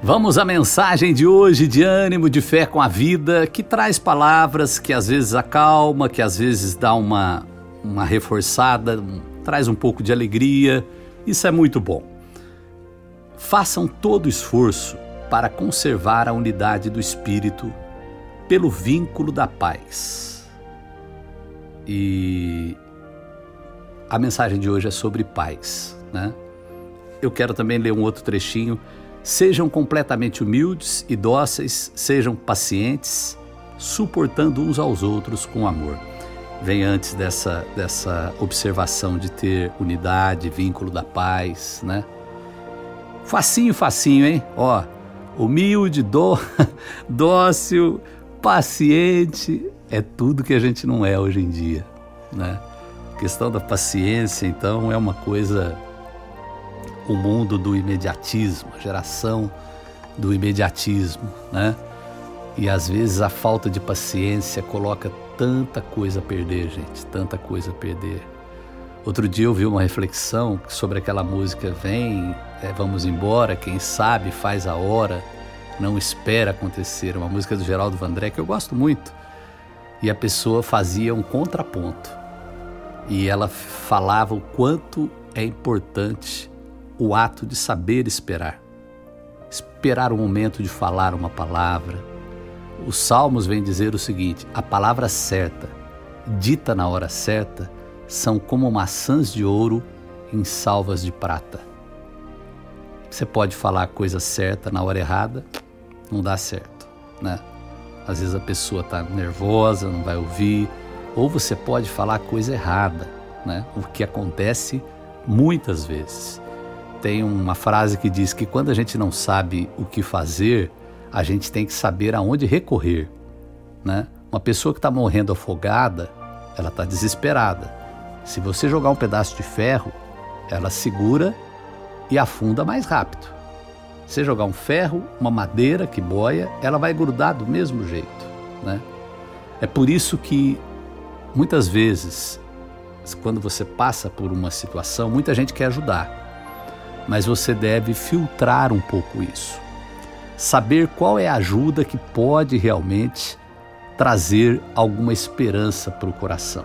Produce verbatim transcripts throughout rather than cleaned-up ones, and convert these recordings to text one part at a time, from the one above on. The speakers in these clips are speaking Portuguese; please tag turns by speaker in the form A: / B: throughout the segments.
A: Vamos à mensagem de hoje de ânimo, de fé com a vida, que traz palavras que às vezes acalma, que às vezes dá uma, uma reforçada, traz um pouco de alegria. Isso é muito bom. Façam todo esforço para conservar a unidade do Espírito pelo vínculo da paz. E a mensagem de hoje é sobre paz, né? Eu quero também ler um outro trechinho. Sejam completamente humildes e dóceis, sejam pacientes, suportando uns aos outros com amor. Vem antes dessa, dessa observação de ter unidade, vínculo da paz, né? Facinho, facinho, hein? Ó, humilde, dó, dócil, paciente, é tudo que a gente não é hoje em dia, né? A questão da paciência, então, é uma coisa... O mundo do imediatismo, a geração do imediatismo, né? E às vezes a falta de paciência coloca tanta coisa a perder, gente, tanta coisa a perder. Outro dia eu vi uma reflexão sobre aquela música Vem, é, vamos embora, quem sabe faz a hora, não espera acontecer, uma música do Geraldo Vandré que eu gosto muito. E a pessoa fazia um contraponto e ela falava o quanto é importante o ato de saber esperar. Esperar o momento de falar uma palavra. Os Salmos vêm dizer o seguinte: a palavra certa, dita na hora certa, são como maçãs de ouro em salvas de prata. Você pode falar a coisa certa na hora errada, não dá certo, né? Às vezes a pessoa está nervosa, não vai ouvir, ou você pode falar a coisa errada, né? O que acontece muitas vezes. Tem uma frase que diz que quando a gente não sabe o que fazer, a gente tem que saber aonde recorrer, né? Uma pessoa que está morrendo afogada, ela está desesperada. Se você jogar um pedaço de ferro, ela segura e afunda mais rápido. Se jogar um ferro, uma madeira que boia, ela vai grudar do mesmo jeito, né? É por isso que muitas vezes, quando você passa por uma situação, muita gente quer ajudar. Mas você deve filtrar um pouco isso. Saber qual é a ajuda que pode realmente trazer alguma esperança para o coração.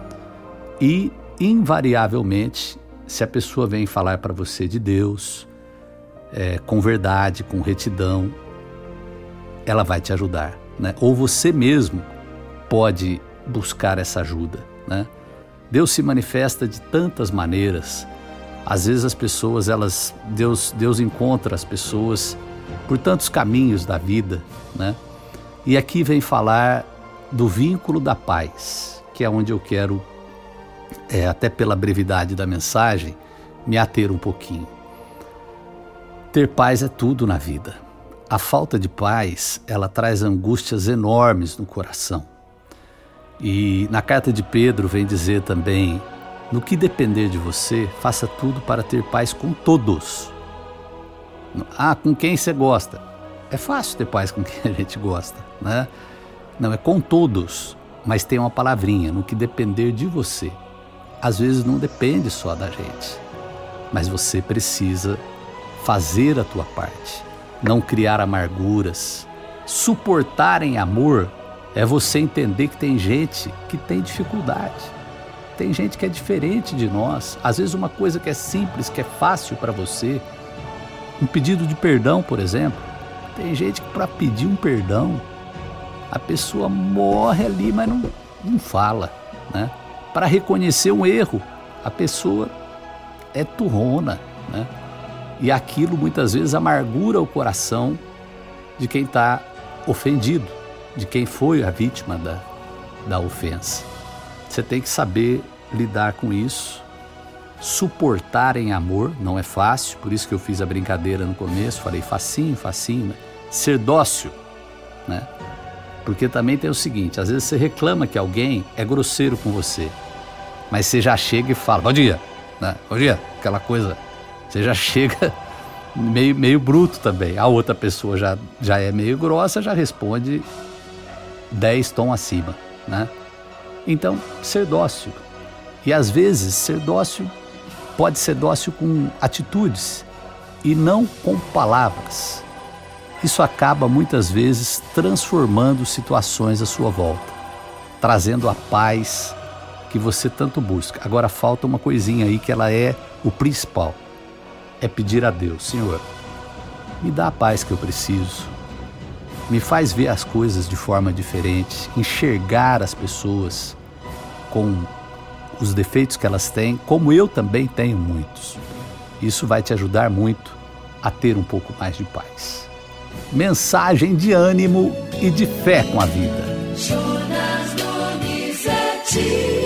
A: E, invariavelmente, se a pessoa vem falar para você de Deus, é, com verdade, com retidão, ela vai te ajudar, né? Ou você mesmo pode buscar essa ajuda, né? Deus se manifesta de tantas maneiras. Às vezes as pessoas, elas, Deus, Deus encontra as pessoas por tantos caminhos da vida, né? E aqui vem falar do vínculo da paz, que é onde eu quero, é, até pela brevidade da mensagem, me ater um pouquinho. Ter paz é tudo na vida. A falta de paz, ela traz angústias enormes no coração. E na carta de Pedro vem dizer também: no que depender de você, faça tudo para ter paz com todos. Ah, com quem você gosta? É fácil ter paz com quem a gente gosta, né? Não, é com todos, mas tem uma palavrinha: no que depender de você. Às vezes não depende só da gente, mas você precisa fazer a tua parte, não criar amarguras. Suportar em amor é você entender que tem gente que tem dificuldade. Tem gente que é diferente de nós. Às vezes uma coisa que é simples, que é fácil para você, um pedido de perdão, por exemplo. Tem gente que para pedir um perdão, a pessoa morre ali, mas não, não fala, né? Para reconhecer um erro, a pessoa é turrona, né? E aquilo muitas vezes amargura o coração de quem está ofendido, de quem foi a vítima da, da ofensa. Você tem que saber lidar com isso, suportar em amor, não é fácil, por isso que eu fiz a brincadeira no começo, falei facinho, facinho, né? Ser dócil, né? Porque também tem o seguinte, às vezes você reclama que alguém é grosseiro com você, mas você já chega e fala, bom dia, né? Bom dia, aquela coisa, você já chega meio, meio bruto também. A outra pessoa já, já é meio grossa, já responde dez tons acima, né? Então, ser dócil. E às vezes, ser dócil pode ser dócil com atitudes e não com palavras. isso acaba muitas vezes transformando situações à sua volta, trazendo a paz que você tanto busca. Agora falta uma coisinha aí que ela é o principal, é pedir a Deus: Senhor, me dá a paz que eu preciso, me faz ver as coisas de forma diferente, enxergar as pessoas com os defeitos que elas têm, como eu também tenho muitos. Isso vai te ajudar muito a ter um pouco mais de paz. Mensagem de ânimo e de fé com a vida. Jonas Donizete.